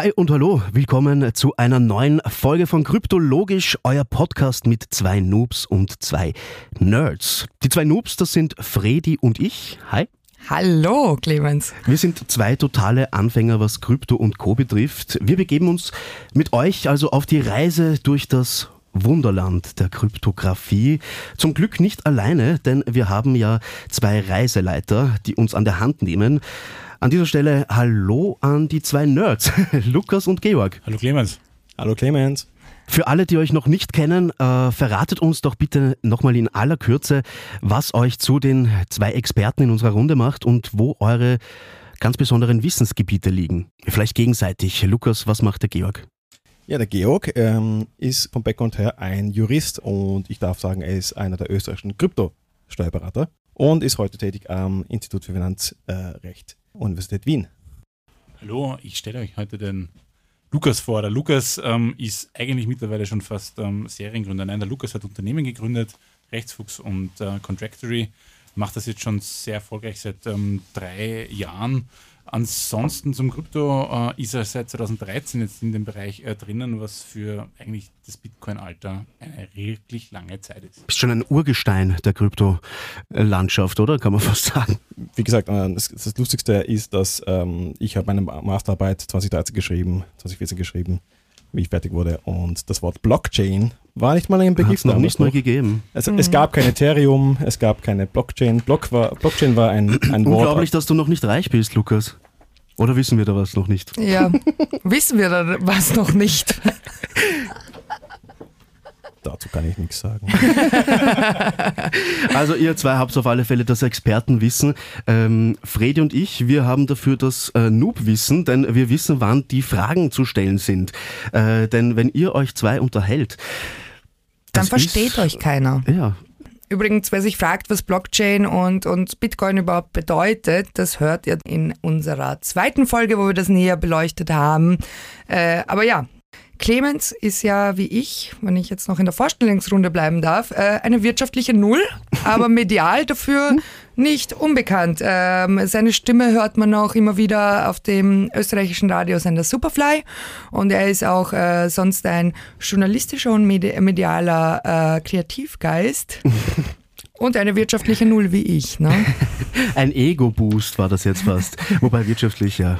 Hi und hallo, willkommen zu einer neuen Folge von Kryptologisch, euer Podcast mit zwei Noobs und zwei Nerds. Die zwei Noobs, das sind Fredi und ich. Hi. Hallo, Clemens. Wir sind zwei totale Anfänger, was Krypto und Co. betrifft. Wir begeben uns mit euch also auf die Reise durch das Wunderland der Kryptographie. Zum Glück nicht alleine, denn wir haben ja zwei Reiseleiter, die uns an der Hand nehmen. An dieser Stelle Hallo an die zwei Nerds, Lukas und Georg. Hallo Clemens. Hallo Clemens. Für alle, die euch noch nicht kennen, verratet uns doch bitte nochmal in aller Kürze, was euch zu den zwei Experten in unserer Runde macht und wo eure ganz besonderen Wissensgebiete liegen. Vielleicht gegenseitig. Lukas, was macht der Georg? Ja, der Georg ist vom Background her ein Jurist und ich darf sagen, er ist einer der österreichischen Kryptosteuerberater und ist heute tätig am Institut für Finanzrecht, Universität Wien. Hallo, ich stelle euch heute den Lukas vor. Der Lukas ist eigentlich mittlerweile schon fast Seriengründer. Nein, der Lukas hat Unternehmen gegründet, Rechtsfuchs und Contractory, macht das jetzt schon sehr erfolgreich seit 3 Jahren. Ansonsten zum Krypto ist er seit 2013 jetzt in dem Bereich drinnen, was für eigentlich das Bitcoin-Alter eine wirklich lange Zeit ist. Bist schon ein Urgestein der Kryptolandschaft, oder? Kann man fast sagen. Wie gesagt, das Lustigste ist, dass ich habe meine Masterarbeit 2014 geschrieben, wie ich fertig wurde. Und das Wort Blockchain war nicht mal ein Begriff. Hat es noch nicht mal gegeben. Es gab kein Ethereum, es gab keine Blockchain. Blockchain war ein Wort. Unglaublich, dass du noch nicht reich bist, Lukas. Oder wissen wir da was noch nicht? Ja, wissen wir da was noch nicht? Dazu kann ich nichts sagen. Also ihr zwei habt auf alle Fälle das Expertenwissen. Fredi und ich, wir haben dafür das Noob-Wissen, denn wir wissen, wann die Fragen zu stellen sind. Denn wenn ihr euch zwei unterhält, Dann versteht euch keiner. Ja. Übrigens, wer sich fragt, was Blockchain und Bitcoin überhaupt bedeutet, das hört ihr in unserer zweiten Folge, wo wir das näher beleuchtet haben. Aber ja, Clemens ist ja wie ich, wenn ich jetzt noch in der Vorstellungsrunde bleiben darf, eine wirtschaftliche Null, aber medial dafür nicht unbekannt. Seine Stimme hört man auch immer wieder auf dem österreichischen Radiosender Superfly und er ist auch sonst ein journalistischer und medialer Kreativgeist. Und eine wirtschaftliche Null wie ich, ne? Ein Ego-Boost war das jetzt fast. Wobei wirtschaftlich ja.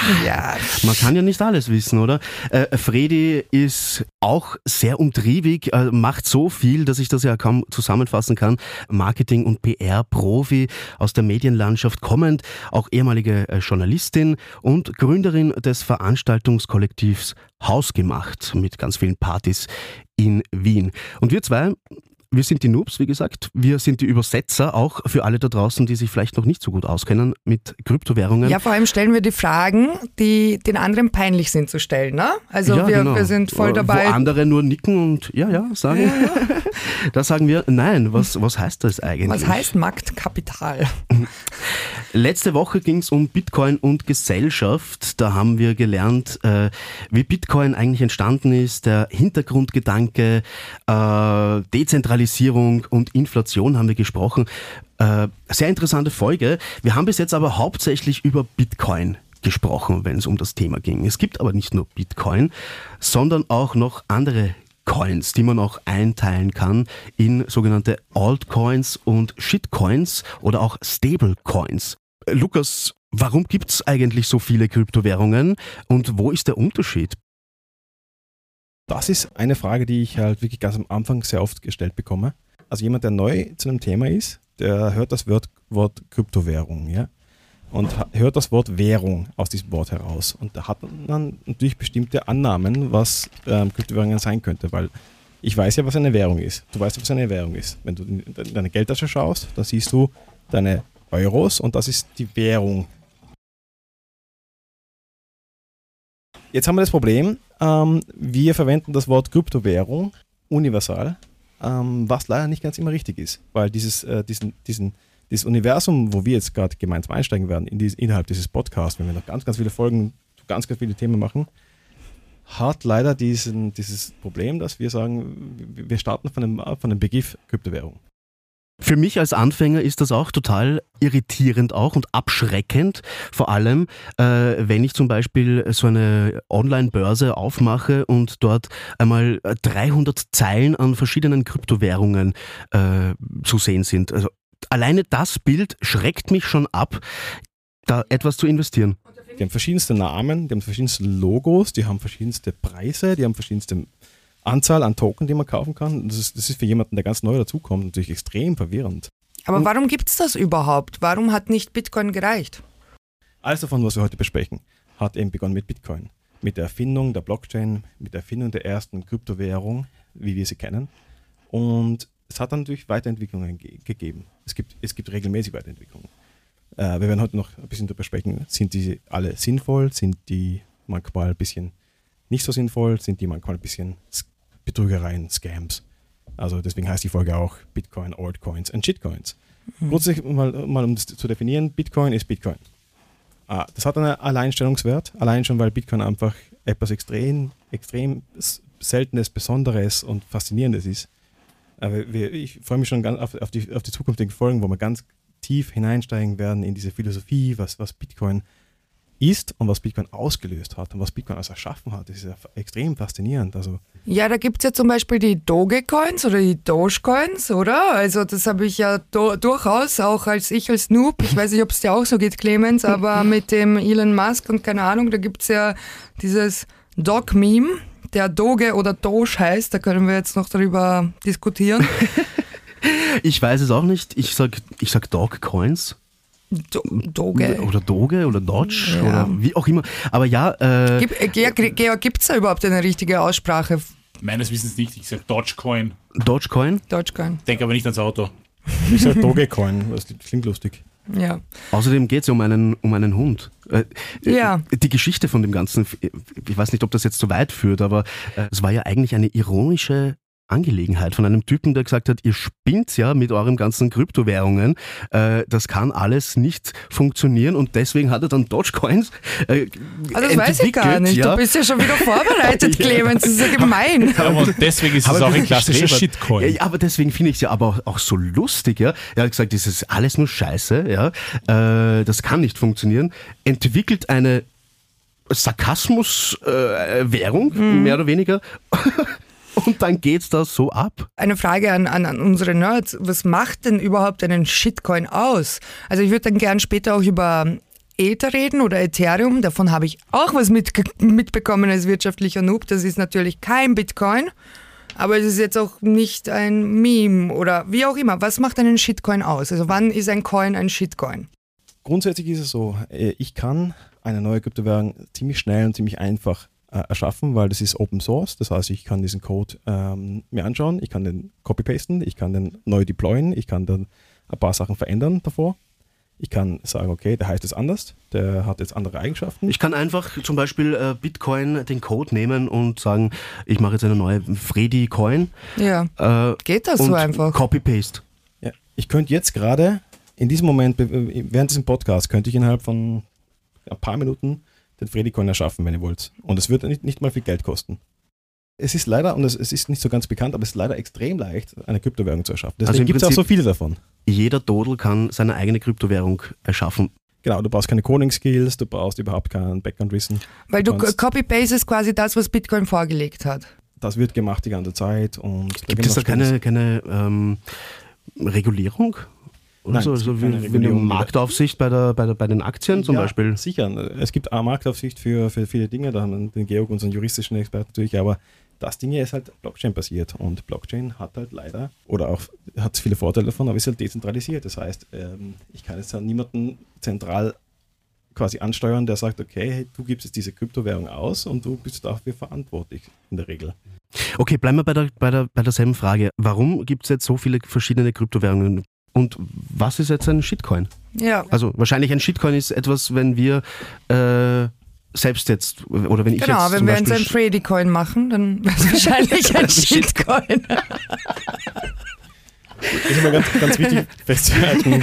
Man kann ja nicht alles wissen, oder? Fredi ist auch sehr umtriebig, macht so viel, dass ich das ja kaum zusammenfassen kann. Marketing- und PR-Profi aus der Medienlandschaft kommend, auch ehemalige Journalistin und Gründerin des Veranstaltungskollektivs Hausgemacht mit ganz vielen Partys in Wien. Und wir zwei, wir sind die Noobs, wie gesagt. Wir sind die Übersetzer, auch für alle da draußen, die sich vielleicht noch nicht so gut auskennen mit Kryptowährungen. Ja, vor allem stellen wir die Fragen, die den anderen peinlich sind zu stellen, ne? Also ja, wir sind voll dabei. Wo andere nur nicken und sagen. Ja. Da sagen wir, nein, was heißt das eigentlich? Was heißt Marktkapital? Letzte Woche ging es um Bitcoin und Gesellschaft. Da haben wir gelernt, wie Bitcoin eigentlich entstanden ist, der Hintergrundgedanke, Dezentralisierung und Inflation haben wir gesprochen. Sehr interessante Folge. Wir haben bis jetzt aber hauptsächlich über Bitcoin gesprochen, wenn es um das Thema ging. Es gibt aber nicht nur Bitcoin, sondern auch noch andere Coins, die man auch einteilen kann in sogenannte Altcoins und Shitcoins oder auch Stablecoins. Lukas, warum gibt es eigentlich so viele Kryptowährungen und wo ist der Unterschied? Das ist eine Frage, die ich halt wirklich ganz am Anfang sehr oft gestellt bekomme. Also jemand, der neu zu einem Thema ist, der hört das Wort Kryptowährung, ja, und hört das Wort Währung aus diesem Wort heraus. Und da hat man natürlich bestimmte Annahmen, was Kryptowährungen sein könnte, weil ich weiß ja, was eine Währung ist. Du weißt ja, was eine Währung ist. Wenn du in deine Geldtasche schaust, dann siehst du deine Euros und das ist die Währung. Jetzt haben wir das Problem, wir verwenden das Wort Kryptowährung universal, was leider nicht ganz immer richtig ist, weil dieses Universum, wo wir jetzt gerade gemeinsam einsteigen werden, innerhalb dieses Podcasts, wenn wir noch ganz, ganz viele Folgen, ganz, ganz viele Themen machen, hat leider dieses Problem, dass wir sagen, wir starten von dem Begriff Kryptowährung. Für mich als Anfänger ist das auch total irritierend auch und abschreckend, vor allem wenn ich zum Beispiel so eine Online-Börse aufmache und dort einmal 300 Zeilen an verschiedenen Kryptowährungen zu sehen sind. Also alleine das Bild schreckt mich schon ab, da etwas zu investieren. Die haben verschiedenste Namen, die haben verschiedenste Logos, die haben verschiedenste Preise, die haben verschiedenste Anzahl an Token, die man kaufen kann. Das ist für jemanden, der ganz neu dazukommt, natürlich extrem verwirrend. Aber warum gibt es das überhaupt? Warum hat nicht Bitcoin gereicht? Alles davon, was wir heute besprechen, hat eben begonnen mit Bitcoin. Mit der Erfindung der Blockchain, mit der Erfindung der ersten Kryptowährung, wie wir sie kennen. Und es hat dann natürlich Weiterentwicklungen gegeben. Es gibt regelmäßig Weiterentwicklungen. Wir werden heute noch ein bisschen darüber sprechen, sind die alle sinnvoll, sind die manchmal ein bisschen nicht so sinnvoll, sind die manchmal ein bisschen Betrügereien, Scams. Also deswegen heißt die Folge auch Bitcoin, Altcoins und Shitcoins. Grundsätzlich mal um das zu definieren, Bitcoin ist Bitcoin. Das hat einen Alleinstellungswert, allein schon, weil Bitcoin einfach etwas extrem Seltenes, Besonderes und Faszinierendes ist. Aber ich freue mich schon ganz auf die zukünftigen Folgen, wo wir ganz tief hineinsteigen werden in diese Philosophie, was Bitcoin ist und was Bitcoin ausgelöst hat und was Bitcoin also erschaffen hat. Das ist ja extrem faszinierend. Also Ja, da gibt es ja zum Beispiel die Dogecoins oder die Dogecoins, oder? Also das habe ich ja durchaus auch als Noob, ich weiß nicht, ob es dir auch so geht, Clemens, aber mit dem Elon Musk und keine Ahnung, da gibt es ja dieses Dog-Meme, der Doge oder Doge heißt, da können wir jetzt noch darüber diskutieren. Ich weiß es auch nicht, ich sag Dogcoins. Doge. Oder Doge oder Dodge Ja. oder wie auch immer. Aber ja, Georg, gibt es da überhaupt eine richtige Aussprache? Meines Wissens nicht. Ich sage Dogecoin. Dogecoin. Dogecoin. Denke aber nicht ans Auto. ich sage Dogecoin, das klingt lustig. Ja. Außerdem geht es ja um einen Hund. Ja. Die Geschichte von dem Ganzen, ich weiß nicht, ob das jetzt zu weit führt, aber es war ja eigentlich eine ironische Angelegenheit von einem Typen, der gesagt hat, ihr spinnt ja mit euren ganzen Kryptowährungen, das kann alles nicht funktionieren und deswegen hat er dann Dogecoins Also das weiß ich gar nicht, ja. du bist ja schon wieder vorbereitet, Ja. Clemens, das ist ja gemein. Ja, und deswegen ist es Aber auch ein das klassischer ist Shitcoin. Ja, aber deswegen finde ich es ja aber auch so lustig, ja. Er hat gesagt, das ist alles nur Scheiße, ja. Das kann nicht funktionieren. Entwickelt eine Sarkasmus-Währung, mehr oder weniger. Und dann geht's da so ab. Eine Frage an unsere Nerds. Was macht denn überhaupt einen Shitcoin aus? Also ich würde dann gern später auch über Ether reden oder Ethereum. Davon habe ich auch was mitbekommen als wirtschaftlicher Noob. Das ist natürlich kein Bitcoin, aber es ist jetzt auch nicht ein Meme oder wie auch immer. Was macht einen Shitcoin aus? Also wann ist ein Coin ein Shitcoin? Grundsätzlich ist es so, ich kann eine neue Kryptowährung ziemlich schnell und ziemlich einfach erschaffen, weil das ist Open Source. Das heißt, ich kann diesen Code mir anschauen, ich kann den copy-pasten, ich kann den neu deployen, ich kann dann ein paar Sachen verändern davor. Ich kann sagen, okay, der heißt jetzt anders, der hat jetzt andere Eigenschaften. Ich kann einfach zum Beispiel Bitcoin den Code nehmen und sagen, ich mache jetzt eine neue Freddy-Coin. Ja, geht das und so einfach? Copy-Paste. Ja, ich könnte jetzt gerade, in diesem Moment, während diesem Podcast, könnte ich innerhalb von ein paar Minuten den Freddy-Coin erschaffen, wenn ihr wollt. Und es wird nicht mal viel Geld kosten. Es ist leider, und es ist nicht so ganz bekannt, aber es ist leider extrem leicht, eine Kryptowährung zu erschaffen. Deswegen Also im gibt es auch Prinzip- so viele davon. Jeder Dodel kann seine eigene Kryptowährung erschaffen. Genau, du brauchst keine Coding-Skills, du brauchst überhaupt kein Background-Wissen. Weil du kannst- copy-pastest quasi das, was Bitcoin vorgelegt hat. Das wird gemacht die ganze Zeit. Und Gibt es da keine Regulierung? Oder Nein, so, es so gibt wie keine eine Regulierung. Marktaufsicht bei den Aktien zum Ja, Beispiel? Sicher, es gibt eine Marktaufsicht für viele Dinge, da haben den Georg, unseren juristischen Experten natürlich, aber das Ding hier ist halt Blockchain-basiert und Blockchain hat halt leider, oder auch hat viele Vorteile davon, aber ist halt dezentralisiert. Das heißt, ich kann jetzt halt niemanden zentral quasi ansteuern, der sagt, okay, hey, du gibst jetzt diese Kryptowährung aus und du bist dafür verantwortlich in der Regel. Okay, bleiben wir bei derselben Frage. Warum gibt es jetzt so viele verschiedene Kryptowährungen? Und was ist jetzt ein Shitcoin? Ja. Also wahrscheinlich ein Shitcoin ist etwas, wenn wir selbst jetzt, oder wenn ich Genau, jetzt wenn zum wir uns Beispiel... ein Freddy-Coin machen, dann wäre es wahrscheinlich ein Shitcoin. Das ist immer ganz wichtig festzuhalten.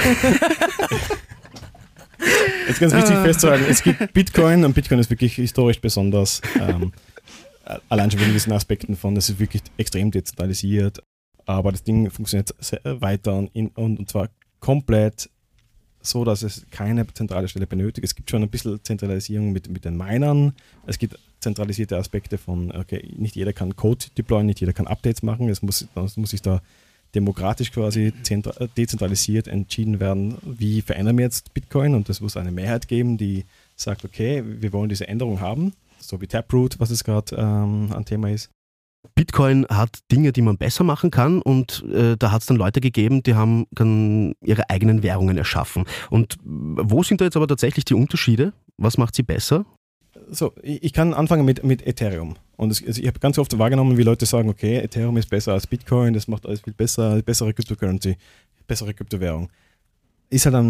Es ist ganz wichtig festzuhalten, es gibt Bitcoin und Bitcoin ist wirklich historisch besonders. Allein schon wegen diesen Aspekten von, es ist wirklich extrem dezentralisiert. aber das Ding funktioniert weiter und zwar komplett so, dass es keine zentrale Stelle benötigt. Es gibt schon ein bisschen Zentralisierung mit den Minern. Es gibt zentralisierte Aspekte von, okay, nicht jeder kann Code deployen, nicht jeder kann Updates machen. Es muss sich da demokratisch quasi dezentralisiert entschieden werden, wie verändern wir jetzt Bitcoin, und es muss eine Mehrheit geben, die sagt, okay, wir wollen diese Änderung haben, so wie Taproot, was es gerade ein Thema ist. Bitcoin hat Dinge, die man besser machen kann, und da hat es dann Leute gegeben, die haben dann ihre eigenen Währungen erschaffen. Und wo sind da jetzt aber tatsächlich die Unterschiede? Was macht sie besser? So, ich kann anfangen mit Ethereum. Und ich habe ganz oft wahrgenommen, wie Leute sagen, okay, Ethereum ist besser als Bitcoin, das macht alles viel besser, bessere Cryptocurrency, bessere Kryptowährung. Ist halt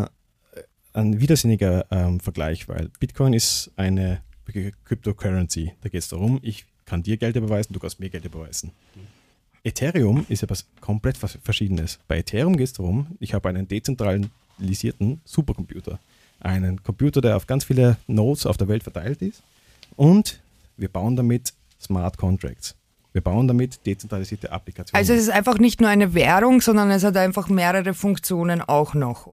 ein widersinniger Vergleich, weil Bitcoin ist eine Cryptocurrency. Da geht es darum, ich kann dir Geld überweisen, du kannst mir Geld überweisen. Ethereum ist etwas komplett Verschiedenes. Bei Ethereum geht es darum, ich habe einen dezentralisierten Supercomputer. Einen Computer, der auf ganz viele Nodes auf der Welt verteilt ist, und wir bauen damit Smart Contracts. Wir bauen damit dezentralisierte Applikationen. Also es ist einfach nicht nur eine Währung, sondern es hat einfach mehrere Funktionen auch noch.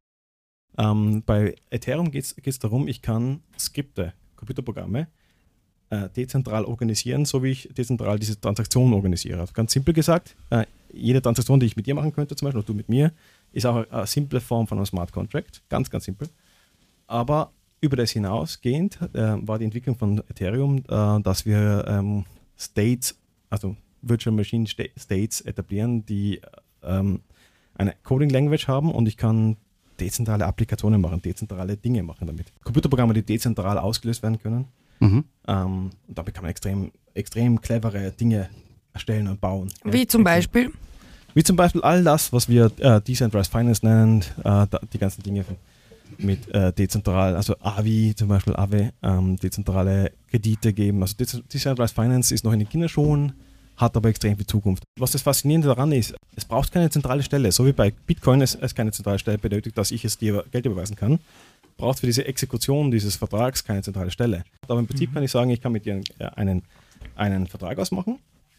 Bei Ethereum geht es darum, ich kann Skripte, Computerprogramme, dezentral organisieren, so wie ich dezentral diese Transaktionen organisiere. Also ganz simpel gesagt, jede Transaktion, die ich mit dir machen könnte, zum Beispiel, oder du mit mir, ist auch eine simple Form von einem Smart Contract. Ganz, ganz simpel. Aber über das hinausgehend war die Entwicklung von Ethereum, dass wir States, also Virtual Machine States etablieren, die eine Coding Language haben, und ich kann dezentrale Applikationen machen, dezentrale Dinge machen damit. Computerprogramme, die dezentral ausgelöst werden können. Und damit kann man extrem clevere Dinge erstellen und bauen. Wie zum Beispiel? Wie zum Beispiel all das, was wir Decentralized Finance nennen, die ganzen Dinge mit dezentral, also AVI zum Beispiel, dezentrale Kredite geben. Also Decentralized Finance ist noch in den Kinderschuhen, hat aber extrem viel Zukunft. Was das Faszinierende daran ist, es braucht keine zentrale Stelle. So wie bei Bitcoin es keine zentrale Stelle benötigt, dass ich es dir Geld überweisen kann, braucht es für diese Exekution dieses Vertrags keine zentrale Stelle. Aber im Prinzip kann ich sagen, ich kann mit dir einen Vertrag ausmachen,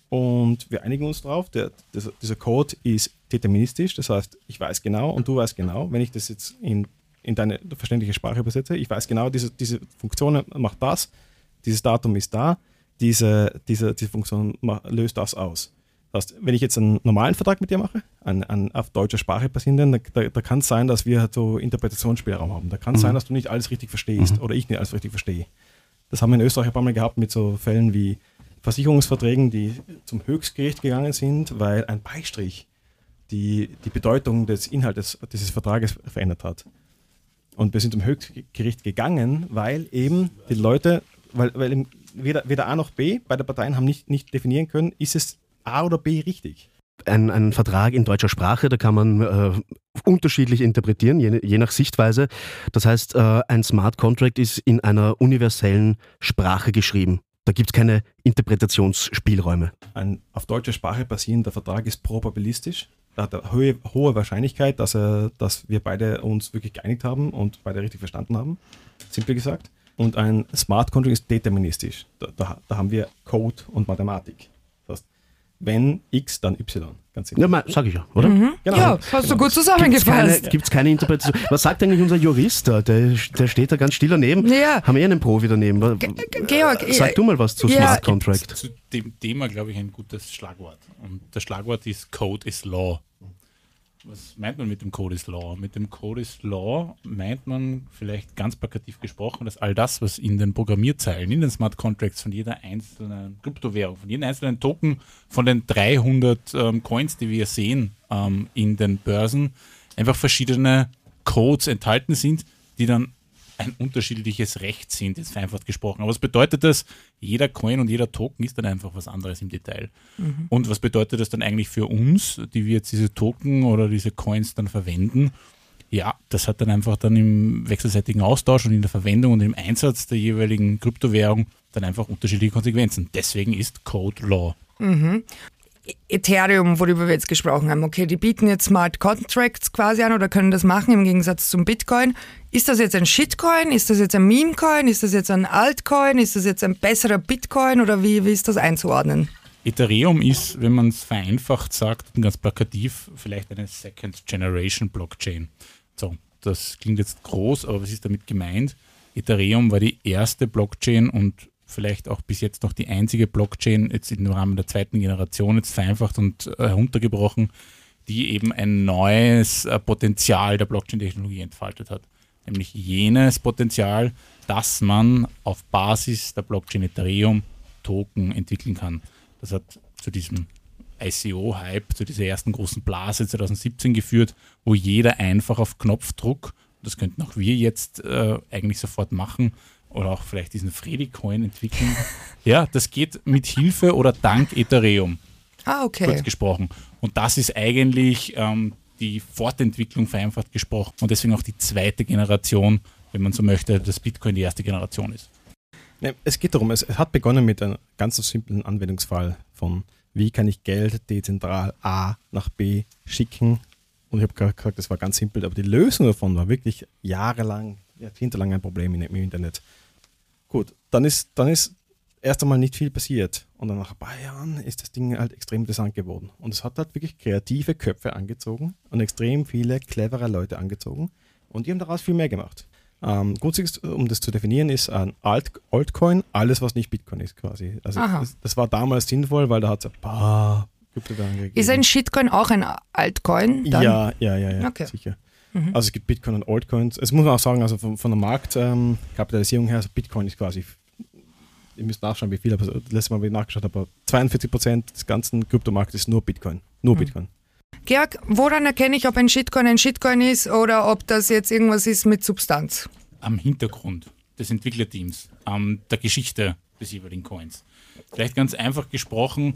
und wir einigen uns darauf. Dieser Code ist deterministisch, das heißt, ich weiß genau und du weißt genau, wenn ich das jetzt in deine verständliche Sprache übersetze, ich weiß genau, diese Funktion macht das, dieses Datum ist da, diese Funktion löst das aus. Das heißt, wenn ich jetzt einen normalen Vertrag mit dir mache, einen auf deutscher Sprache basierenden, da kann es sein, dass wir halt so Interpretationsspielraum haben. Da kann es sein, dass du nicht alles richtig verstehst oder ich nicht alles richtig verstehe. Das haben wir in Österreich ein paar Mal gehabt mit so Fällen wie Versicherungsverträgen, die zum Höchstgericht gegangen sind, weil ein Beistrich die Bedeutung des Inhaltes dieses Vertrages verändert hat. Und wir sind zum Höchstgericht gegangen, weil eben die Leute, weil eben weder A noch B, beide Parteien haben nicht definieren können, ist es A oder B richtig. Ein Vertrag in deutscher Sprache, da kann man unterschiedlich interpretieren, je nach Sichtweise. Das heißt, ein Smart Contract ist in einer universellen Sprache geschrieben. Da gibt es keine Interpretationsspielräume. Ein auf deutscher Sprache basierender Vertrag ist probabilistisch. Da hat eine hohe Wahrscheinlichkeit, dass wir beide uns wirklich geeinigt haben und beide richtig verstanden haben, simpel gesagt. Und ein Smart Contract ist deterministisch. Da haben wir Code und Mathematik. Das heißt, wenn X, dann Y. Ganz simpel. Ja, sag ich ja, oder? Genau. Ja, hast du gut zusammengefasst. Gibt es keine Interpretation? Was sagt eigentlich unser Jurist da? Der steht da ganz still daneben. Ja. Haben wir einen Profi daneben? Georg, sag du mal was zu Smart Contract. Zu dem Thema, glaube ich, ein gutes Schlagwort. Und das Schlagwort ist Code is Law. Was meint man mit dem Code is Law? Mit dem Code is Law meint man vielleicht ganz plakativ gesprochen, dass all das, was in den Programmierzeilen, in den Smart Contracts von jeder einzelnen Kryptowährung, von jedem einzelnen Token, von den 300 Coins, die wir sehen in den Börsen, einfach verschiedene Codes enthalten sind, die dann ein unterschiedliches Recht sind, jetzt vereinfacht gesprochen. Aber was bedeutet das? Jeder Coin und jeder Token ist dann einfach was anderes im Detail. Und was bedeutet das dann eigentlich für uns, die wir jetzt diese Token oder diese Coins dann verwenden? Ja, das hat dann einfach dann im wechselseitigen Austausch und in der Verwendung und im Einsatz der jeweiligen Kryptowährung dann einfach unterschiedliche Konsequenzen. Deswegen ist Code Law. Ethereum, worüber wir jetzt gesprochen haben, okay, die bieten jetzt Smart Contracts quasi an oder können das machen im Gegensatz zum Bitcoin. Ist das jetzt ein Shitcoin? Ist das jetzt ein Meme-Coin? Ist das jetzt ein Altcoin? Ist das jetzt ein besserer Bitcoin? Oder wie ist das einzuordnen? Ethereum ist, wenn man es vereinfacht sagt, ganz plakativ, vielleicht eine Second-Generation-Blockchain. So, das klingt jetzt groß, aber was ist damit gemeint? Ethereum war die erste Blockchain und vielleicht auch bis jetzt noch die einzige Blockchain, jetzt im Rahmen der zweiten Generation, jetzt vereinfacht und heruntergebrochen, die eben ein neues Potenzial der Blockchain-Technologie entfaltet hat. Nämlich jenes Potenzial, dass man auf Basis der Blockchain Ethereum Token entwickeln kann. Das hat zu diesem ICO-Hype, zu dieser ersten großen Blase 2017 geführt, wo jeder einfach auf Knopfdruck, das könnten auch wir jetzt eigentlich sofort machen, oder auch vielleicht diesen Freddy-Coin entwickeln. Ja, das geht mit Hilfe oder dank Ethereum. Okay. Kurz gesprochen. Und das ist eigentlich die Fortentwicklung, vereinfacht gesprochen. Und deswegen auch die zweite Generation, wenn man so möchte, dass Bitcoin die erste Generation ist. Ne, es geht darum, es hat begonnen mit einem ganz so simplen Anwendungsfall von, wie kann ich Geld dezentral A nach B schicken. Und ich habe gerade gesagt, das war ganz simpel, aber die Lösung davon war wirklich jahrzehntelang ein Problem im Internet. Gut, dann ist erst einmal nicht viel passiert. Und dann nach ein paar Jahren ist das Ding halt extrem interessant geworden. Und es hat halt wirklich kreative Köpfe angezogen und extrem viele clevere Leute angezogen. Und die haben daraus viel mehr gemacht. Grundsätzlich, um das zu definieren, ist ein Altcoin alles, was nicht Bitcoin ist quasi. Also das war damals sinnvoll, weil da hat es ein paar Kryptowährungen gegeben. Ist ein Shitcoin auch ein Altcoin? Dann? Ja, Okay. Sicher. Also es gibt Bitcoin und Altcoins. Es muss man auch sagen, also von der Marktkapitalisierung her, also Bitcoin ist quasi, ihr müsst nachschauen, wie viel, aber das letzte Mal, wie ich nachgeschaut habe, 42% des ganzen Kryptomarktes ist nur Bitcoin. Nur Bitcoin. Georg, woran erkenne ich, ob ein Shitcoin ist oder ob das jetzt irgendwas ist mit Substanz? Am Hintergrund des Entwicklerteams, der Geschichte des jeweiligen Coins. Vielleicht ganz einfach gesprochen,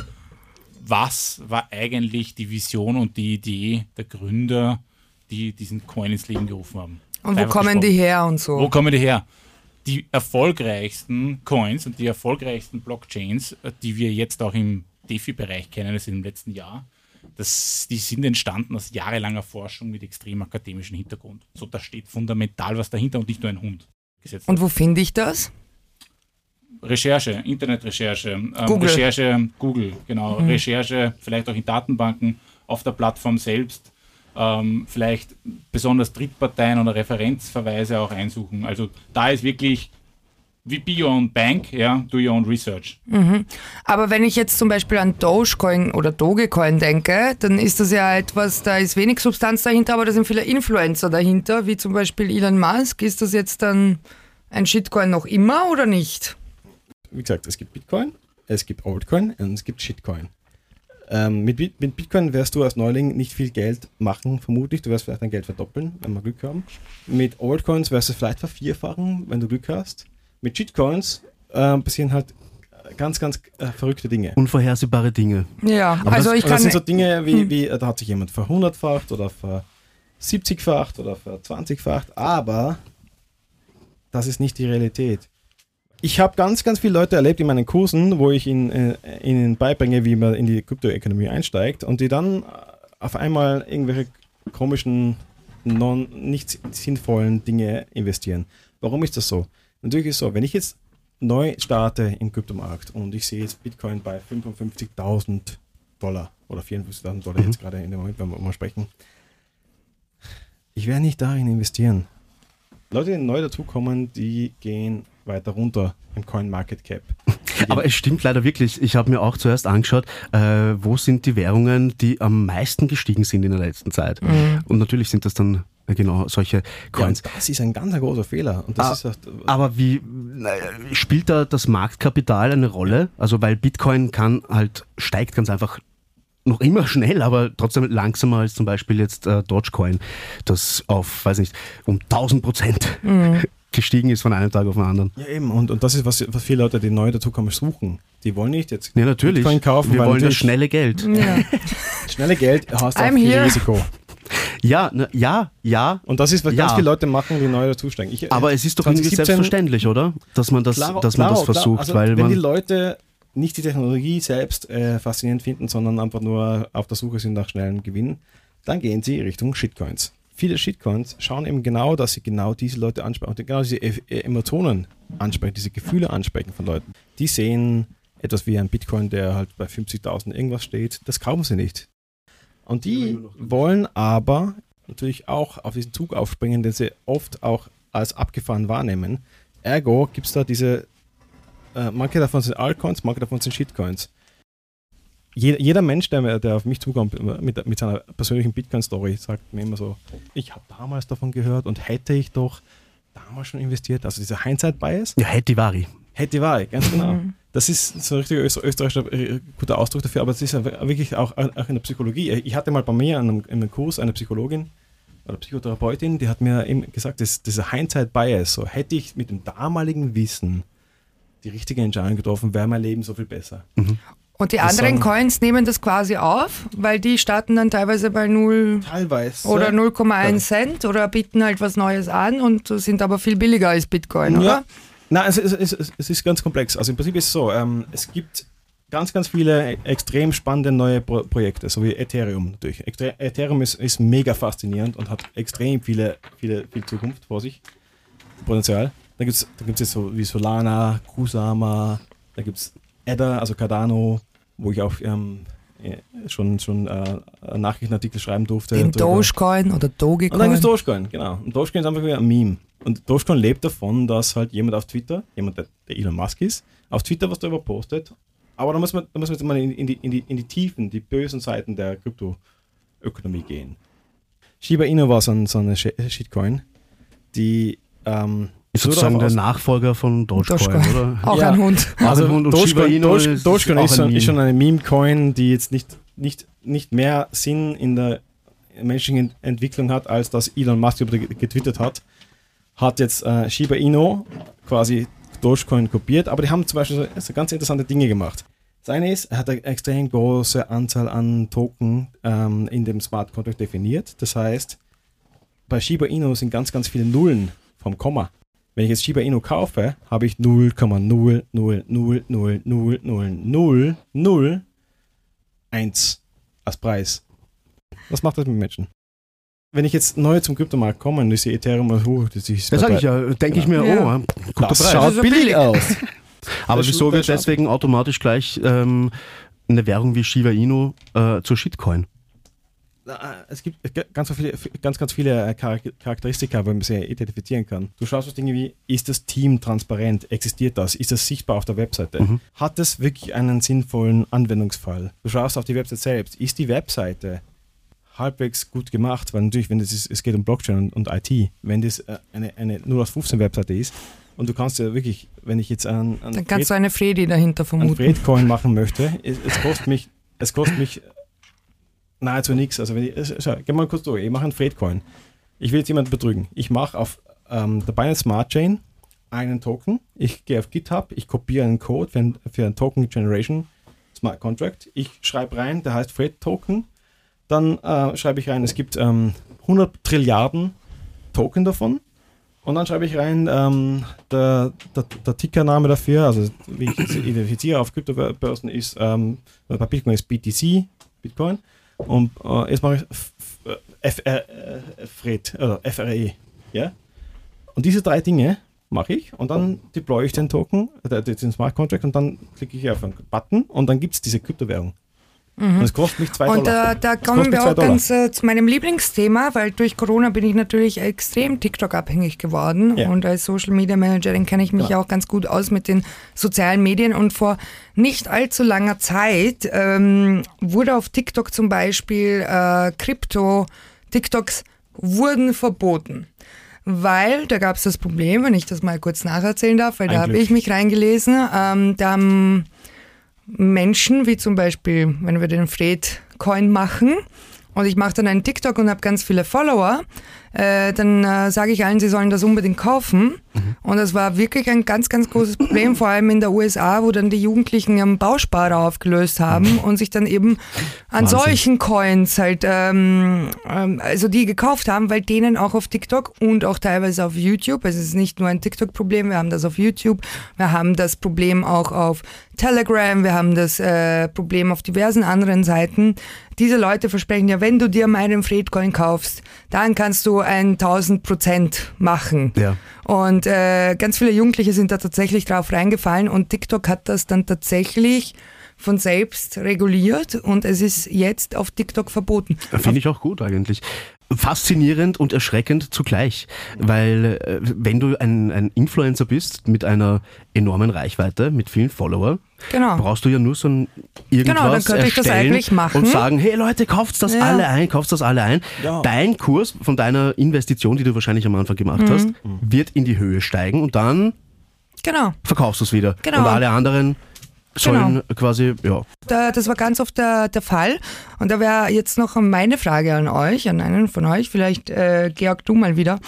was war eigentlich die Vision und die Idee der Gründer, die diesen Coin ins Leben gerufen haben? Und wo kommen die her und so? Wo kommen die her? Die erfolgreichsten Coins und die erfolgreichsten Blockchains, die wir jetzt auch im DeFi-Bereich kennen, also im letzten Jahr, die sind entstanden aus jahrelanger Forschung mit extrem akademischem Hintergrund. So, da steht fundamental was dahinter und nicht nur ein Hund. Gesetzt. Und wo finde ich das? Recherche, Internetrecherche, Google. Recherche, Google, genau. Recherche, vielleicht auch in Datenbanken, auf der Plattform selbst. Vielleicht besonders Drittparteien oder Referenzverweise auch einsuchen. Also da ist wirklich wie be your own bank, ja, do your own research. Aber wenn ich jetzt zum Beispiel an Dogecoin oder Dogecoin denke, dann ist das ja etwas, da ist wenig Substanz dahinter, aber da sind viele Influencer dahinter, wie zum Beispiel Elon Musk. Ist das jetzt dann ein Shitcoin noch immer oder nicht? Wie gesagt, es gibt Bitcoin, es gibt Altcoin und es gibt Shitcoin. Mit Bitcoin wirst du als Neuling nicht viel Geld machen, vermutlich. Du wirst vielleicht dein Geld verdoppeln, wenn wir Glück haben. Mit Altcoins wirst du es vielleicht vervierfachen, wenn du Glück hast. Mit Shitcoins passieren halt ganz, ganz verrückte Dinge. Unvorhersehbare Dinge. Ja, aber also ich kann... Das sind so Dinge wie da hat sich jemand verhundertfacht oder ver-70-facht oder ver-20-facht, aber das ist nicht die Realität. Ich habe ganz, ganz viele Leute erlebt in meinen Kursen, wo ich ihnen beibringe, wie man in die Kryptoökonomie einsteigt und die dann auf einmal irgendwelche komischen, nicht sinnvollen Dinge investieren. Warum ist das so? Natürlich ist es so, wenn ich jetzt neu starte im Kryptomarkt und ich sehe jetzt Bitcoin bei $55.000 oder $54.000 jetzt gerade in dem Moment, wenn wir mal sprechen, ich werde nicht darin investieren. Leute, die neu dazukommen, die gehen weiter runter im CoinMarketCap. Aber es stimmt leider wirklich. Ich habe mir auch zuerst angeschaut, wo sind die Währungen, die am meisten gestiegen sind in der letzten Zeit. Und natürlich sind das dann genau solche Coins. Ja, das ist ein ganz großer Fehler. Und das ist aber wie spielt da das Marktkapital eine Rolle? Also weil Bitcoin steigt ganz einfach noch immer schnell, aber trotzdem langsamer als zum Beispiel jetzt Dogecoin, das auf, weiß nicht, um 1000% gestiegen ist von einem Tag auf den anderen. Ja eben, und das ist, was viele Leute, die neu dazukommen, suchen. Die wollen nicht jetzt natürlich. Bitcoin kaufen, wir wollen das schnelle Geld. Ja. Schnelle Geld hast auch I'm viel here. Risiko. Ja. Und das ist, was ganz viele Leute machen, die neu dazusteigen. Aber es ist doch irgendwie selbstverständlich, oder? Dass man das versucht. Also, weil wenn die Leute nicht die Technologie selbst faszinierend finden, sondern einfach nur auf der Suche sind nach schnellem Gewinn, dann gehen sie Richtung Shitcoins. Viele Shitcoins schauen eben genau, dass sie genau diese Leute ansprechen und genau diese Emotionen ansprechen, diese Gefühle ansprechen von Leuten. Die sehen etwas wie ein Bitcoin, der halt bei 50.000 irgendwas steht, das kaufen sie nicht. Und die wollen aber natürlich auch auf diesen Zug aufspringen, den sie oft auch als abgefahren wahrnehmen. Ergo gibt es da diese, manche davon sind Altcoins, manche davon sind Shitcoins. Jeder Mensch, der auf mich zukommt mit seiner persönlichen Bitcoin-Story, sagt mir immer so, ich habe damals davon gehört und hätte ich doch damals schon investiert. Also dieser Hindsight-Bias. Ja, Hetivari, ganz genau. Das ist so ein richtiger österreichischer guter Ausdruck dafür, aber es ist wirklich auch in der Psychologie. Ich hatte mal bei mir in einem Kurs eine Psychologin oder Psychotherapeutin, die hat mir eben gesagt, dieser Hindsight-Bias, so hätte ich mit dem damaligen Wissen die richtige Entscheidung getroffen, wäre mein Leben so viel besser. Und die anderen Coins nehmen das quasi auf, weil die starten dann teilweise bei 0 teilweise oder 0,1 Cent oder bieten halt was Neues an und sind aber viel billiger als Bitcoin, oder? Ja. Nein, es ist ganz komplex. Also im Prinzip ist es so, es gibt ganz, ganz viele extrem spannende neue Projekte, so wie Ethereum natürlich. Ethereum ist mega faszinierend und hat extrem viel Zukunft vor sich, Potenzial. Da gibt's jetzt so wie Solana, Kusama, da gibt es Ether, also Cardano, wo ich auch schon Nachrichtenartikel schreiben durfte. Den Dogecoin oder Dogecoin. Und dann gibt es Dogecoin, genau. Und Dogecoin ist einfach wieder ein Meme. Und Dogecoin lebt davon, dass halt jemand auf Twitter, der Elon Musk ist, auf Twitter was darüber postet. Aber da muss man jetzt mal in die Tiefen, die bösen Seiten der Kryptoökonomie gehen. Shiba Inu war so eine Shitcoin, die ist sozusagen der Nachfolger von Dogecoin, oder? Auch ein Hund. Also und Dogecoin ist schon eine Meme-Coin, die jetzt nicht mehr Sinn in der menschlichen Entwicklung hat, als dass Elon Musk getwittert hat jetzt Shiba Inu quasi Dogecoin kopiert, aber die haben zum Beispiel so ganz interessante Dinge gemacht. Das eine ist, er hat eine extrem große Anzahl an Token in dem Smart Contract definiert. Das heißt, bei Shiba Inu sind ganz, ganz viele Nullen vom Komma. Wenn ich jetzt Shiba Inu kaufe, habe ich 0,000000001 als Preis. Was macht das mit Menschen? Wenn ich jetzt neu zum Kryptomarkt komme und ich sehe Ethereum, das sage ich ja, denke ich mir, guter das Preis. schaut billig aus. Aber wieso wird deswegen automatisch gleich eine Währung wie Shiba Inu zur Shitcoin? Es gibt ganz viele Charakteristika, wo man sie identifizieren kann. Du schaust auf Dinge wie, ist das Team transparent? Existiert das? Ist das sichtbar auf der Webseite? Hat es wirklich einen sinnvollen Anwendungsfall? Du schaust auf die Webseite selbst. Ist die Webseite halbwegs gut gemacht? Weil natürlich, es geht um Blockchain und IT. Wenn das eine 0815 Webseite ist und du kannst ja wirklich, wenn ich jetzt dann kannst du eine Fredi dahinter vermuten. Ein Fredcoin machen möchte, es kostet mich nahezu nichts. Also geh mal kurz durch. Ich mache einen Fredcoin. Ich will jetzt jemanden betrügen. Ich mache auf der Binance Smart Chain einen Token. Ich gehe auf GitHub. Ich kopiere einen Code für einen Token Generation Smart Contract. Ich schreibe rein, der heißt Fred Token. Dann schreibe ich rein, es gibt 100 Trilliarden Token davon. Und dann schreibe ich rein, der Tickername dafür, also wie ich es identifiziere auf Kryptobörsen ist, bei Bitcoin ist BTC, Bitcoin. Und jetzt mache ich FRE. Ja? Und diese 3 Dinge mache ich und dann deploy ich den Token, den Smart Contract und dann klicke ich auf einen Button und dann gibt es diese Kryptowährung. Und das kostet mich $2. Und da kommen wir auch ganz zu meinem Lieblingsthema, weil durch Corona bin ich natürlich extrem TikTok-abhängig geworden. Ja. Und als Social Media Managerin kenne ich mich auch ganz gut aus mit den sozialen Medien. Und vor nicht allzu langer Zeit wurde auf TikTok zum Beispiel Krypto-TikToks wurden verboten. Weil, da gab es das Problem, wenn ich das mal kurz nacherzählen darf, weil da habe ich mich reingelesen, da haben Menschen, wie zum Beispiel, wenn wir den Fred-Coin machen und ich mache dann einen TikTok und habe ganz viele Follower, dann sage ich allen, sie sollen das unbedingt kaufen. Und das war wirklich ein ganz, ganz großes Problem, vor allem in der USA, wo dann die Jugendlichen ihren Bausparer aufgelöst haben und sich dann eben an solchen Coins halt, also die gekauft haben, weil denen auch auf TikTok und auch teilweise auf YouTube, also es ist nicht nur ein TikTok-Problem, wir haben das auf YouTube, wir haben das Problem auch auf Telegram, wir haben das Problem auf diversen anderen Seiten. Diese Leute versprechen ja, wenn du dir meinen Fredcoin kaufst, dann kannst du ein 1000% machen. Ja. Und ganz viele Jugendliche sind da tatsächlich drauf reingefallen und TikTok hat das dann tatsächlich von selbst reguliert und es ist jetzt auf TikTok verboten. Finde ich auch gut eigentlich. Faszinierend und erschreckend zugleich, weil wenn du ein Influencer bist mit einer enormen Reichweite, mit vielen Followern, Genau. brauchst du ja nur so ein irgendwas Genau, dann könnte ich das erstellen eigentlich machen. und sagen, hey Leute, kauft das alle ein. Ja. Dein Kurs von deiner Investition, die du wahrscheinlich am Anfang gemacht hast, wird in die Höhe steigen und dann Genau. verkaufst du es wieder. Genau. Und alle anderen sollen quasi, ja. Das war ganz oft der Fall. Und da wäre jetzt noch meine Frage an euch, an einen von euch, vielleicht Georg, du mal wieder.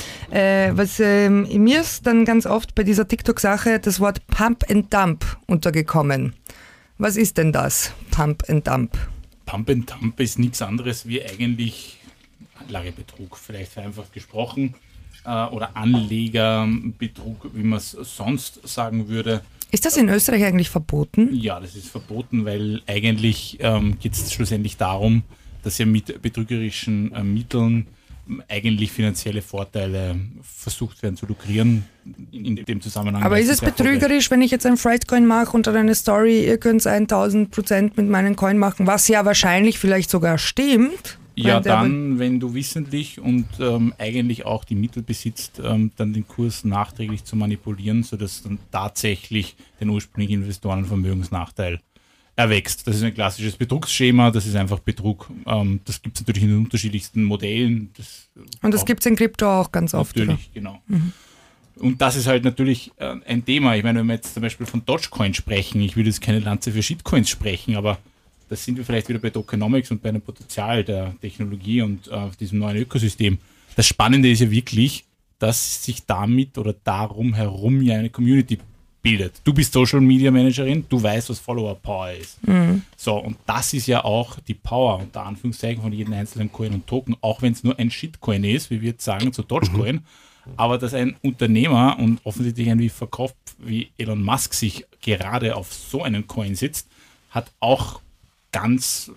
Mir ist dann ganz oft bei dieser TikTok-Sache das Wort Pump and Dump untergekommen. Was ist denn das, Pump and Dump? Pump and Dump ist nichts anderes wie eigentlich Anlagebetrug, vielleicht vereinfacht gesprochen, oder Anlegerbetrug, wie man es sonst sagen würde. Ist das in Österreich eigentlich verboten? Ja, das ist verboten, weil eigentlich geht es schlussendlich darum, dass ja mit betrügerischen Mitteln eigentlich finanzielle Vorteile versucht werden zu lukrieren in dem Zusammenhang. Aber ist es betrügerisch, wenn ich jetzt ein Freicoin mache und dann eine Story, ihr könnt 1000% mit meinem Coin machen, was ja wahrscheinlich vielleicht sogar stimmt? Ja, dann, wenn du wissentlich und eigentlich auch die Mittel besitzt, dann den Kurs nachträglich zu manipulieren, sodass dann tatsächlich den ursprünglichen Investoren Vermögensnachteil erwächst. Das ist ein klassisches Betrugsschema, das ist einfach Betrug. Das gibt es natürlich in den unterschiedlichsten Modellen. Und das gibt es in Krypto auch ganz oft. Natürlich, genau. Und das ist halt natürlich ein Thema. Ich meine, wenn wir jetzt zum Beispiel von Dogecoin sprechen, ich würde jetzt keine Lanze für Shitcoins sprechen, aber da sind wir vielleicht wieder bei Tokenomics und bei einem Potenzial der Technologie und diesem neuen Ökosystem. Das Spannende ist ja wirklich, dass sich damit oder darum herum ja eine Community bildet. Du bist Social Media Managerin, du weißt, was Follower Power ist. So, und das ist ja auch die Power unter Anführungszeichen von jedem einzelnen Coin und Token, auch wenn es nur ein Shitcoin ist, wie wir jetzt sagen, zu Dogecoin, aber dass ein Unternehmer und offensichtlich ein Verkauf wie Elon Musk sich gerade auf so einen Coin sitzt, hat auch ganz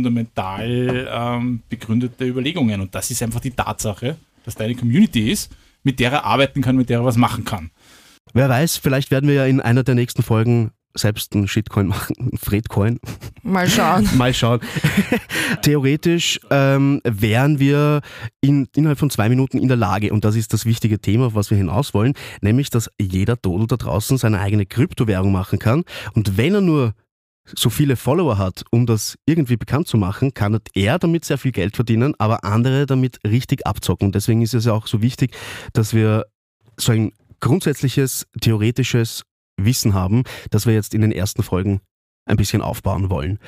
fundamental begründete Überlegungen. Und das ist einfach die Tatsache, dass da eine Community ist, mit der er arbeiten kann, mit der er was machen kann. Wer weiß, vielleicht werden wir ja in einer der nächsten Folgen selbst einen Shitcoin machen, einen Fredcoin. Mal schauen. Mal schauen. Theoretisch wären wir innerhalb von 2 Minuten in der Lage, und das ist das wichtige Thema, auf was wir hinaus wollen, nämlich, dass jeder Dodel da draußen seine eigene Kryptowährung machen kann. Und wenn er nur so viele Follower hat, um das irgendwie bekannt zu machen, kann er damit sehr viel Geld verdienen, aber andere damit richtig abzocken. Deswegen ist es ja auch so wichtig, dass wir so ein grundsätzliches, theoretisches Wissen haben, das wir jetzt in den ersten Folgen ein bisschen aufbauen wollen.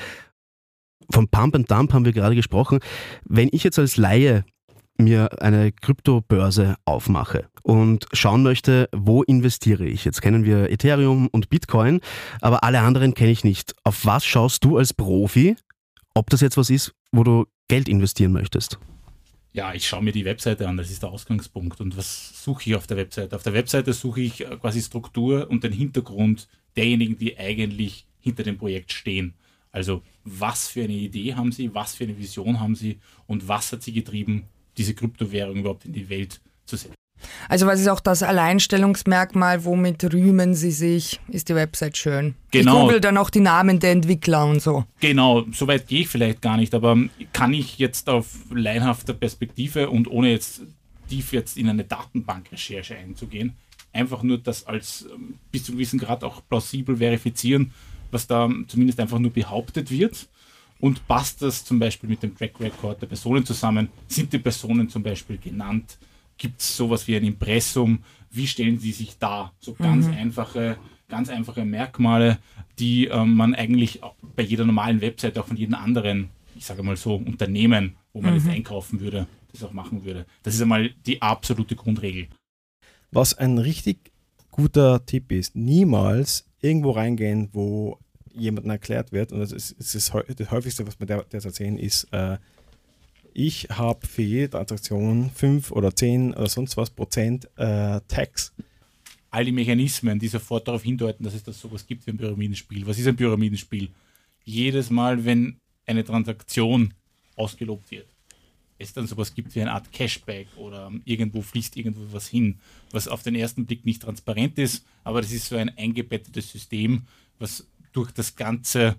Vom Pump and Dump haben wir gerade gesprochen. Wenn ich jetzt als Laie mir eine Kryptobörse aufmache und schauen möchte, wo investiere ich? Jetzt kennen wir Ethereum und Bitcoin, aber alle anderen kenne ich nicht. Auf was schaust du als Profi, ob das jetzt was ist, wo du Geld investieren möchtest? Ja, ich schaue mir die Webseite an, das ist der Ausgangspunkt. Und was suche ich auf der Webseite? Auf der Webseite suche ich quasi Struktur und den Hintergrund derjenigen, die eigentlich hinter dem Projekt stehen. Also was für eine Idee haben sie, was für eine Vision haben sie und was hat sie getrieben, diese Kryptowährung überhaupt in die Welt zu setzen. Also was ist auch das Alleinstellungsmerkmal, womit rühmen sie sich, ist die Website schön. Genau. Ich google dann auch die Namen der Entwickler und so. Genau, so weit gehe ich vielleicht gar nicht, aber kann ich jetzt auf laienhafter Perspektive und ohne jetzt tief jetzt in eine Datenbankrecherche einzugehen, einfach nur das als bis zu einem gewissen Grad auch plausibel verifizieren, was da zumindest einfach nur behauptet wird. Und passt das zum Beispiel mit dem Track Record der Personen zusammen? Sind die Personen zum Beispiel genannt? Gibt es sowas wie ein Impressum? Wie stellen sie sich dar? So ganz einfache Merkmale, die man eigentlich bei jeder normalen Webseite, auch von jedem anderen, ich sage mal so, Unternehmen, wo man jetzt einkaufen würde, das auch machen würde. Das ist einmal die absolute Grundregel. Was ein richtig guter Tipp ist, niemals irgendwo reingehen, wo jemandem erklärt wird, und das häufigste, was wir derzeit sehen, ist, ich habe für jede Transaktion 5 oder 10 oder sonst was Prozent Tax. All die Mechanismen, die sofort darauf hindeuten, dass es da sowas gibt wie ein Pyramidenspiel. Was ist ein Pyramidenspiel? Jedes Mal, wenn eine Transaktion ausgelobt wird, es dann sowas gibt wie eine Art Cashback oder irgendwo fließt irgendwo was hin, was auf den ersten Blick nicht transparent ist, aber das ist so ein eingebettetes System, was durch das ganze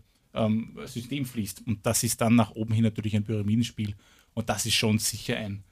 System fließt. Und das ist dann nach oben hin natürlich ein Pyramidenspiel. Und das ist schon sicher ein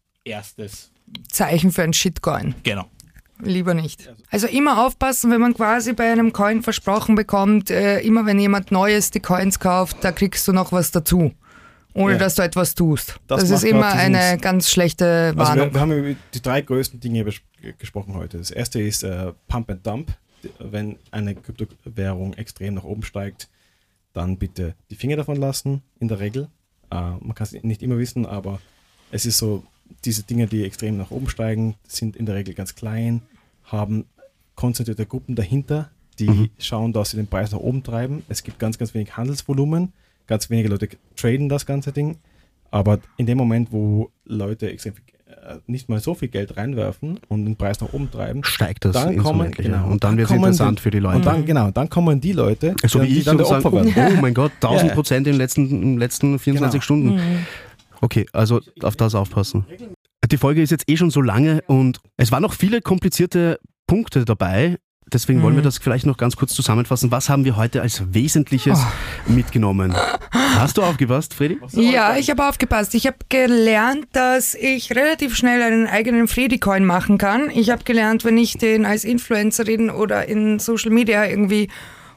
erstes Zeichen für ein Shitcoin. Genau. Lieber nicht. Also immer aufpassen, wenn man quasi bei einem Coin versprochen bekommt, immer wenn jemand Neues die Coins kauft, da kriegst du noch was dazu. Ohne dass du etwas tust. Das ist immer eine ganz schlechte Warnung. Also wir haben über die 3 größten Dinge gesprochen heute. Das erste ist Pump and Dump. Wenn eine Kryptowährung extrem nach oben steigt, dann bitte die Finger davon lassen, in der Regel. Man kann es nicht immer wissen, aber es ist so, diese Dinge, die extrem nach oben steigen, sind in der Regel ganz klein, haben konzentrierte Gruppen dahinter, die schauen, dass sie den Preis nach oben treiben. Es gibt ganz, ganz wenig Handelsvolumen, ganz wenige Leute traden das ganze Ding, aber in dem Moment, wo Leute extrem nicht mal so viel Geld reinwerfen und den Preis nach oben treiben, steigt das dann kommen, genau, und dann wird es interessant für die Leute. Und dann kommen die Leute, so wie die ich, dann und der Opfer sagen, werden. oh mein Gott, 1000% in den letzten 24 Stunden. Okay, also auf das aufpassen. Die Folge ist jetzt schon so lange und es waren noch viele komplizierte Punkte dabei. Deswegen wollen wir das vielleicht noch ganz kurz zusammenfassen. Was haben wir heute als Wesentliches mitgenommen? Hast du aufgepasst, Fredi? Ja, ich habe aufgepasst. Ich habe gelernt, dass ich relativ schnell einen eigenen Fredi-Coin machen kann. Ich habe gelernt, wenn ich den als Influencerin oder in Social Media irgendwie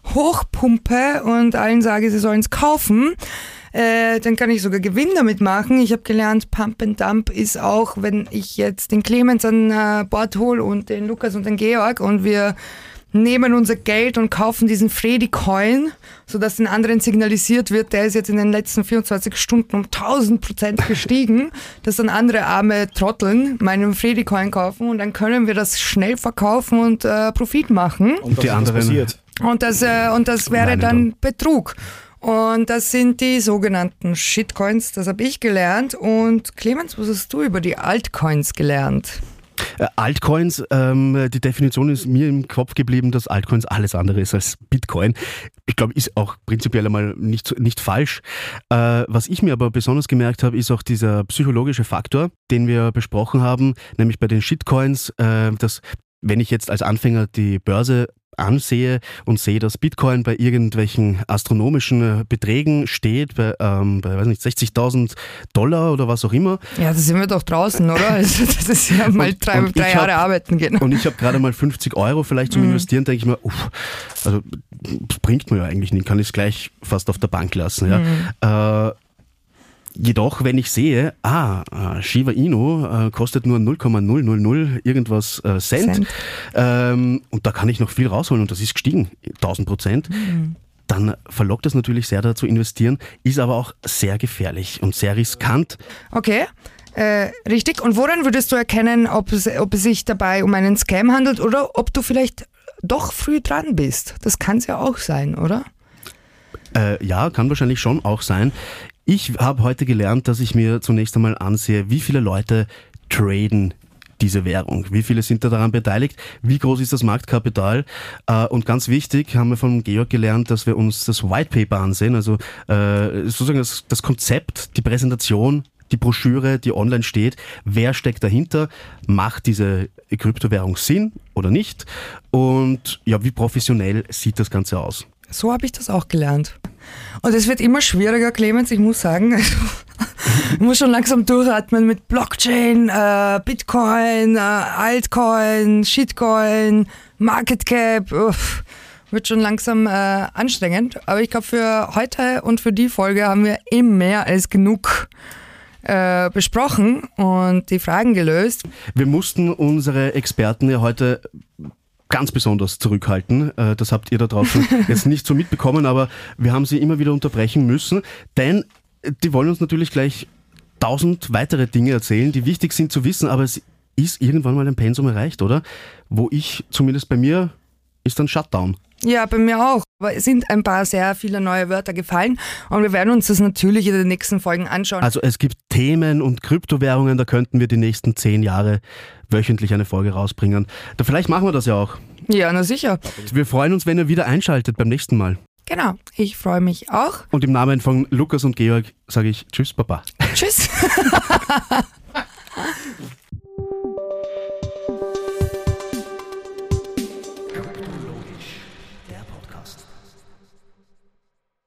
hochpumpe und allen sage, sie sollen es kaufen, dann kann ich sogar Gewinn damit machen. Ich habe gelernt, Pump and Dump ist auch, wenn ich jetzt den Clemens an Bord hole und den Lukas und den Georg und wir nehmen unser Geld und kaufen diesen Fredi-Coin, sodass den anderen signalisiert wird, der ist jetzt in den letzten 24 Stunden um 1000% gestiegen, dass dann andere arme Trotteln meinen Fredi-Coin kaufen und dann können wir das schnell verkaufen und Profit machen. Und die anderen passiert. Und das wäre dann Betrug. Und das sind die sogenannten Shitcoins, das habe ich gelernt. Und Clemens, was hast du über die Altcoins gelernt? Altcoins, die Definition ist mir im Kopf geblieben, dass Altcoins alles andere ist als Bitcoin. Ich glaube, ist auch prinzipiell einmal nicht falsch. Was ich mir aber besonders gemerkt habe, ist auch dieser psychologische Faktor, den wir besprochen haben, nämlich bei den Shitcoins, dass wenn ich jetzt als Anfänger die Börse ansehe und sehe, dass Bitcoin bei irgendwelchen astronomischen Beträgen steht, bei weiß nicht, $60.000 oder was auch immer. Ja, da sind wir doch draußen, oder? Also das ist ja mal drei Jahre arbeiten gehen. Und ich habe gerade mal 50 € vielleicht zum Investieren, denke ich mir, also das bringt mir ja eigentlich nicht, kann ich es gleich fast auf der Bank lassen. Ja. Jedoch, wenn ich sehe, Shiba Inu kostet nur 0,000 irgendwas Cent. Und da kann ich noch viel rausholen und das ist gestiegen, 1000%, dann verlockt das natürlich sehr dazu investieren, ist aber auch sehr gefährlich und sehr riskant. Okay. Richtig. Und woran würdest du erkennen, ob es sich dabei um einen Scam handelt oder ob du vielleicht doch früh dran bist? Das kann es ja auch sein, oder? Ja, kann wahrscheinlich schon auch sein. Ich habe heute gelernt, dass ich mir zunächst einmal ansehe, wie viele Leute traden diese Währung, wie viele sind da daran beteiligt, wie groß ist das Marktkapital und ganz wichtig, haben wir von Georg gelernt, dass wir uns das White Paper ansehen, also sozusagen das Konzept, die Präsentation, die Broschüre, die online steht, wer steckt dahinter, macht diese Kryptowährung Sinn oder nicht und ja, wie professionell sieht das Ganze aus? So habe ich das auch gelernt. Und es wird immer schwieriger, Clemens, ich muss sagen. Ich muss schon langsam durchatmen mit Blockchain, Bitcoin, Altcoin, Shitcoin, Market Cap. Wird schon langsam anstrengend. Aber ich glaube, für heute und für die Folge haben wir eben mehr als genug besprochen und die Fragen gelöst. Wir mussten unsere Experten ja heute ganz besonders zurückhalten. Das habt ihr da draußen jetzt nicht so mitbekommen, aber wir haben sie immer wieder unterbrechen müssen, denn die wollen uns natürlich gleich 1000 weitere Dinge erzählen, die wichtig sind zu wissen, aber es ist irgendwann mal ein Pensum erreicht, oder? Wo zumindest bei mir, ist dann Shutdown. Ja, bei mir auch. Aber es sind ein paar sehr viele neue Wörter gefallen und wir werden uns das natürlich in den nächsten Folgen anschauen. Also es gibt Themen und Kryptowährungen, da könnten wir die nächsten 10 Jahre wöchentlich eine Folge rausbringen. Vielleicht machen wir das ja auch. Ja, na sicher. Wir freuen uns, wenn ihr wieder einschaltet beim nächsten Mal. Genau, ich freue mich auch. Und im Namen von Lukas und Georg sage ich Tschüss, Baba. Tschüss.